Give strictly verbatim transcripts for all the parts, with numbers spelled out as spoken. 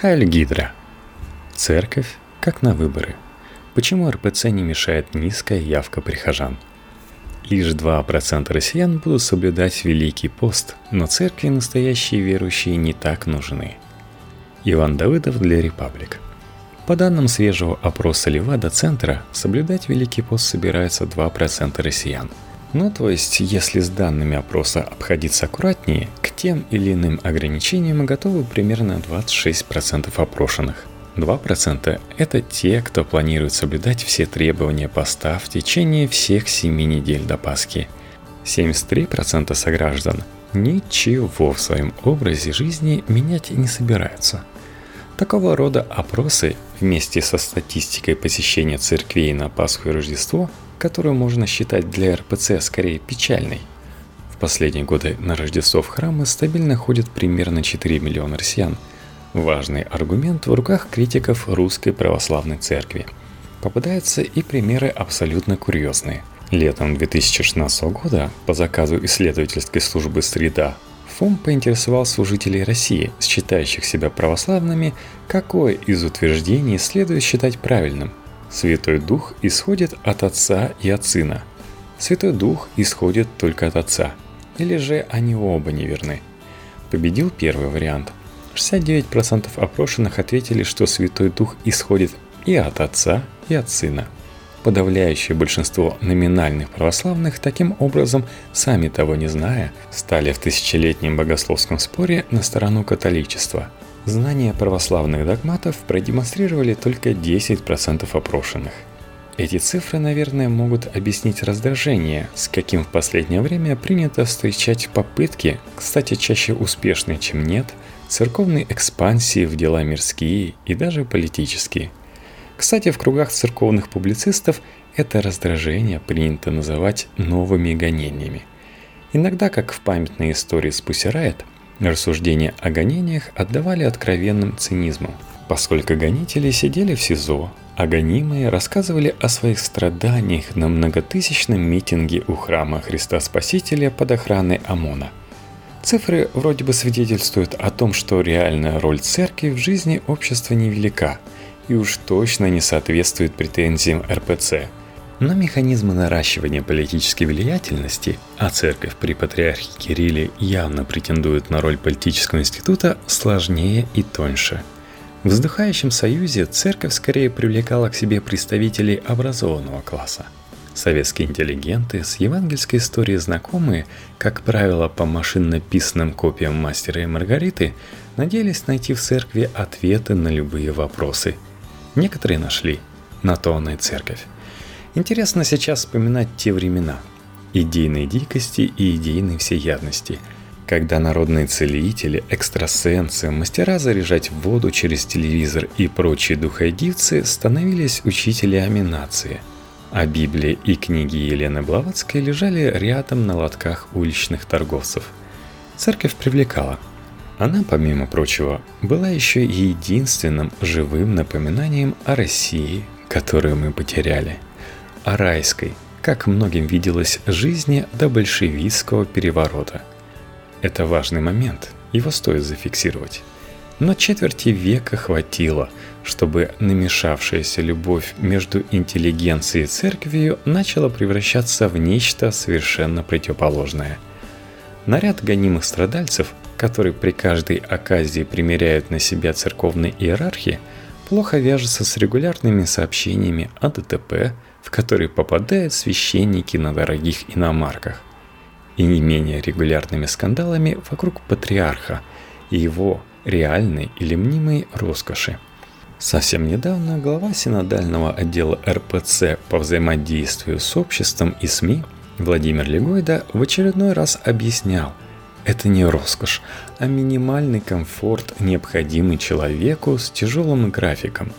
Хайль Гидра. Церковь как на выборы. Почему эр пэ цэ не мешает низкая явка прихожан? Лишь два процента россиян будут соблюдать Великий пост, но церкви настоящие верующие не так нужны. Иван Давыдов для Репаблик. По данным свежего опроса Левада-центра, соблюдать Великий пост собираются два процента россиян. Ну, то есть, если с данными опроса обходиться аккуратнее, к тем или иным ограничениям готовы примерно двадцать шесть процентов опрошенных. два процента – это те, кто планирует соблюдать все требования поста в течение всех семи недель до Пасхи. семьдесят три процента сограждан ничего в своем образе жизни менять не собираются. Такого рода опросы вместе со статистикой посещения церквей на Пасху и Рождество, которую можно считать для эр пэ цэ скорее печальной. В последние годы на Рождество в храмы стабильно ходят примерно четыре миллиона россиян. Важный аргумент в руках критиков Русской Православной Церкви. Попадаются и примеры абсолютно курьезные. Летом две тысячи шестнадцатого года по заказу исследовательской службы «Среда» ФОМ поинтересовался у жителей России, считающих себя православными, какое из утверждений следует считать правильным. Святой Дух исходит от Отца и от Сына. Святой Дух исходит только от Отца. Или же они оба неверны. Победил первый вариант. шестьдесят девять процентов опрошенных ответили, что Святой Дух исходит и от Отца, и от Сына. Подавляющее большинство номинальных православных, таким образом, сами того не зная, стали в тысячелетнем богословском споре на сторону католичества. Знания православных догматов продемонстрировали только десять процентов опрошенных. Эти цифры, наверное, могут объяснить раздражение, с каким в последнее время принято встречать попытки, кстати, чаще успешные, чем нет, церковной экспансии в дела мирские и даже политические. Кстати, в кругах церковных публицистов это раздражение принято называть новыми гонениями. Иногда, как в памятной истории с Pussy Riot, рассуждения о гонениях отдавали откровенным цинизмом, поскольку гонители сидели в СИЗО, а гонимые рассказывали о своих страданиях на многотысячном митинге у храма Христа Спасителя под охраной ОМОНа. Цифры вроде бы свидетельствуют о том, что реальная роль церкви в жизни общества невелика и уж точно не соответствует претензиям эр пэ цэ. Но механизмы наращивания политической влиятельности, а церковь при патриархе Кирилле явно претендует на роль политического института, сложнее и тоньше. В вздыхающем союзе церковь скорее привлекала к себе представителей образованного класса. Советские интеллигенты с евангельской историей знакомые, как правило, по машинно писанным копиям «Мастера и Маргариты», надеялись найти в церкви ответы на любые вопросы. Некоторые нашли, на то она и церковь. Интересно сейчас вспоминать те времена идейной дикости и идейной всеядности, когда народные целители, экстрасенсы, мастера заряжать воду через телевизор и прочие духоедивцы становились учителями нации, а Библия и книги Елены Блаватской лежали рядом на лотках уличных торговцев. Церковь привлекала. Она, помимо прочего, была еще и единственным живым напоминанием о России, которую мы потеряли, о райской, как многим виделось, жизни до большевистского переворота. Это важный момент, его стоит зафиксировать. Но четверти века хватило, чтобы намешавшаяся любовь между интеллигенцией и церковью начала превращаться в нечто совершенно противоположное. Наряд гонимых страдальцев, которые при каждой оказии примеряют на себя церковные иерархи, плохо вяжется с регулярными сообщениями о дэ тэ пэ, в которые попадают священники на дорогих иномарках, и не менее регулярными скандалами вокруг патриарха и его реальной или мнимой роскоши. Совсем недавно глава синодального отдела эр пэ цэ по взаимодействию с обществом и СМИ Владимир Легойда в очередной раз объяснял, это не роскошь, а минимальный комфорт, необходимый человеку с тяжелым графиком.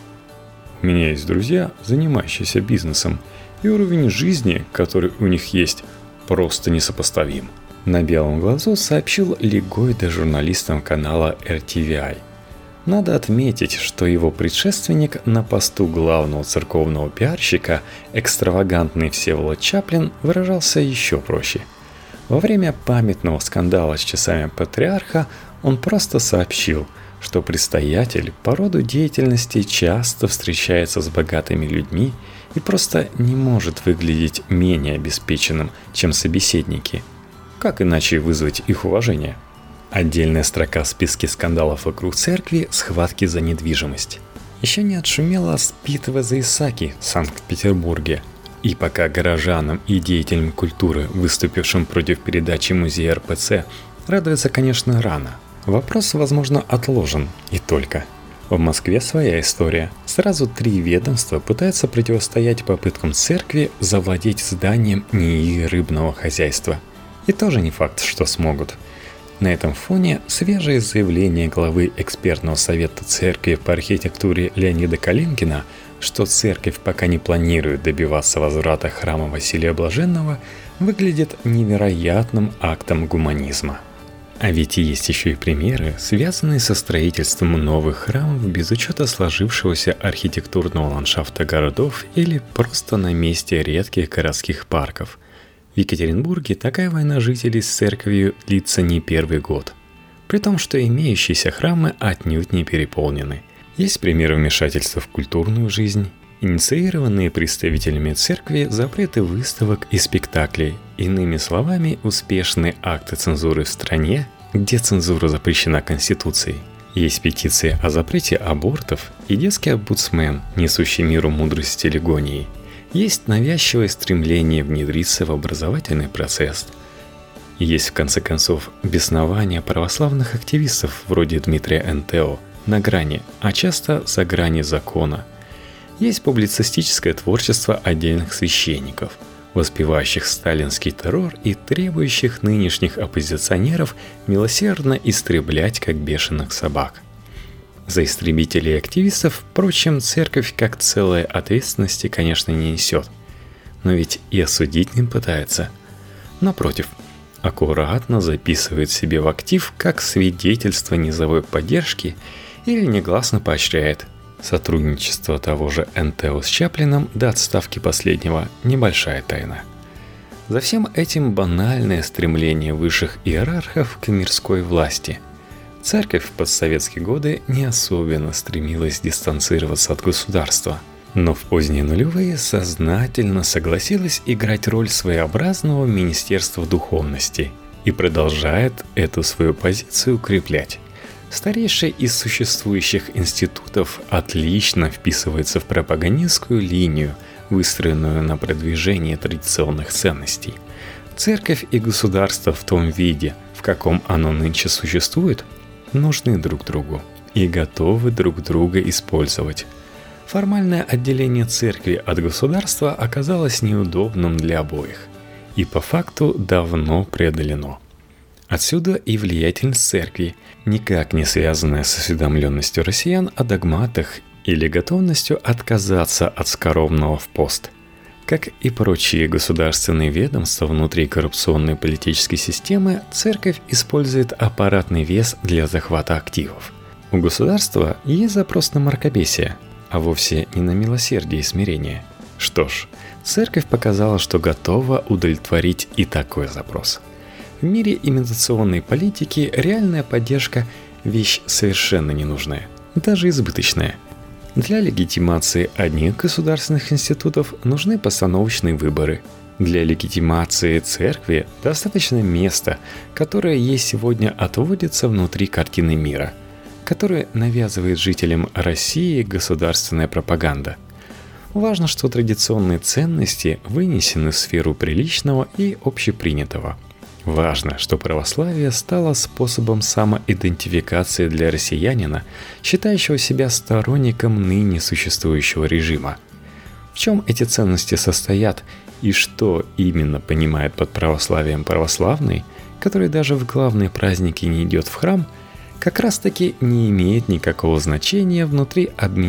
У меня есть друзья, занимающиеся бизнесом, и уровень жизни, который у них есть, просто несопоставим. На белом глазу сообщил Легойда журналистам канала эр ти ви ай. Надо отметить, что его предшественник на посту главного церковного пиарщика, экстравагантный Всеволод Чаплин, выражался еще проще. Во время памятного скандала с часами патриарха он просто сообщил, что предстоятель по роду деятельности часто встречается с богатыми людьми и просто не может выглядеть менее обеспеченным, чем собеседники. Как иначе вызвать их уважение? Отдельная строка в списке скандалов вокруг церкви – схватки за недвижимость. Еще не отшумела битва за Исаки в Санкт-Петербурге. И пока горожанам и деятелям культуры, выступившим против передачи музея эр пэ цэ, радоваться, конечно, рано. Вопрос, возможно, отложен, и только. В Москве своя история. Сразу три ведомства пытаются противостоять попыткам церкви завладеть зданием НИИ рыбного хозяйства. И тоже не факт, что смогут. На этом фоне свежее заявление главы экспертного совета церкви по архитектуре Леонида Калинкина, что церковь пока не планирует добиваться возврата храма Василия Блаженного, выглядит невероятным актом гуманизма. А ведь есть еще и примеры, связанные со строительством новых храмов без учета сложившегося архитектурного ландшафта городов или просто на месте редких городских парков. В Екатеринбурге такая война жителей с церковью длится не первый год, при том, что имеющиеся храмы отнюдь не переполнены. Есть примеры вмешательства в культурную жизнь, инициированные представителями церкви запреты выставок и спектаклей, иными словами, успешные акты цензуры в стране, где цензура запрещена Конституцией. Есть петиции о запрете абортов и детский омбудсмен, несущий миру мудрость телегонии. Есть навязчивое стремление внедриться в образовательный процесс. Есть, в конце концов, беснование православных активистов вроде Дмитрия эн тэ о на грани, а часто за грани закона. Есть публицистическое творчество отдельных священников, воспевающих сталинский террор и требующих нынешних оппозиционеров милосердно истреблять как бешеных собак. За истребителей и активистов, впрочем, церковь как целая ответственности, конечно, не несет. Но ведь и осудить не пытается. Напротив, аккуратно записывает себе в актив как свидетельство низовой поддержки или негласно поощряет. Сотрудничество того же эн тэ о с Чаплиным до отставки последнего – небольшая тайна. За всем этим банальное стремление высших иерархов к мирской власти. Церковь в постсоветские годы не особенно стремилась дистанцироваться от государства, но в поздние нулевые сознательно согласилась играть роль своеобразного министерства духовности и продолжает эту свою позицию укреплять. Старейший из существующих институтов отлично вписывается в пропагандистскую линию, выстроенную на продвижение традиционных ценностей. Церковь и государство в том виде, в каком оно нынче существует, нужны друг другу и готовы друг друга использовать. Формальное отделение церкви от государства оказалось неудобным для обоих и по факту давно преодолено. Отсюда и влиятельность церкви, никак не связанная с осведомленностью россиян о догматах или готовностью отказаться от скоромного в пост. Как и прочие государственные ведомства внутри коррупционной политической системы, церковь использует аппаратный вес для захвата активов. У государства есть запрос на мракобесие, а вовсе не на милосердие и смирение. Что ж, церковь показала, что готова удовлетворить и такой запрос. В мире имитационной политики реальная поддержка – вещь совершенно ненужная, даже избыточная. Для легитимации одних государственных институтов нужны постановочные выборы. Для легитимации церкви достаточно места, которое ей сегодня отводится внутри картины мира, которое навязывает жителям России государственная пропаганда. Важно, что традиционные ценности вынесены в сферу приличного и общепринятого. Важно, что православие стало способом самоидентификации для россиянина, считающего себя сторонником ныне существующего режима. В чем эти ценности состоят и что именно понимает под православием православный, который даже в главные праздники не идет в храм, как раз-таки не имеет никакого значения внутри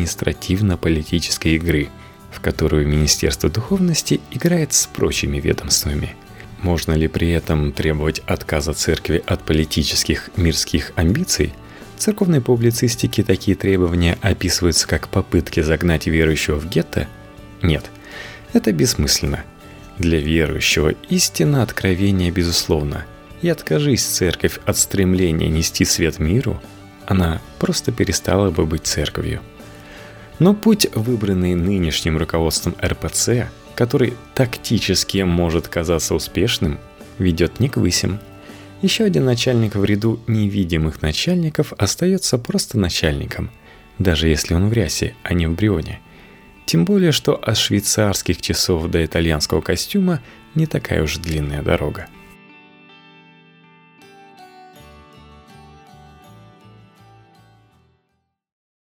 административно-политической игры, в которую Министерство духовности играет с прочими ведомствами. Можно ли при этом требовать отказа церкви от политических мирских амбиций? В церковной публицистике такие требования описываются как попытки загнать верующего в гетто? Нет, это бессмысленно. Для верующего истина откровения безусловна. И откажись церковь от стремления нести свет миру, она просто перестала бы быть церковью. Но путь, выбранный нынешним руководством эр пэ цэ, который тактически может казаться успешным, ведет не к высям. Еще один начальник в ряду невидимых начальников остается просто начальником, даже если он в рясе, а не в брионе. Тем более, что от швейцарских часов до итальянского костюма не такая уж длинная дорога.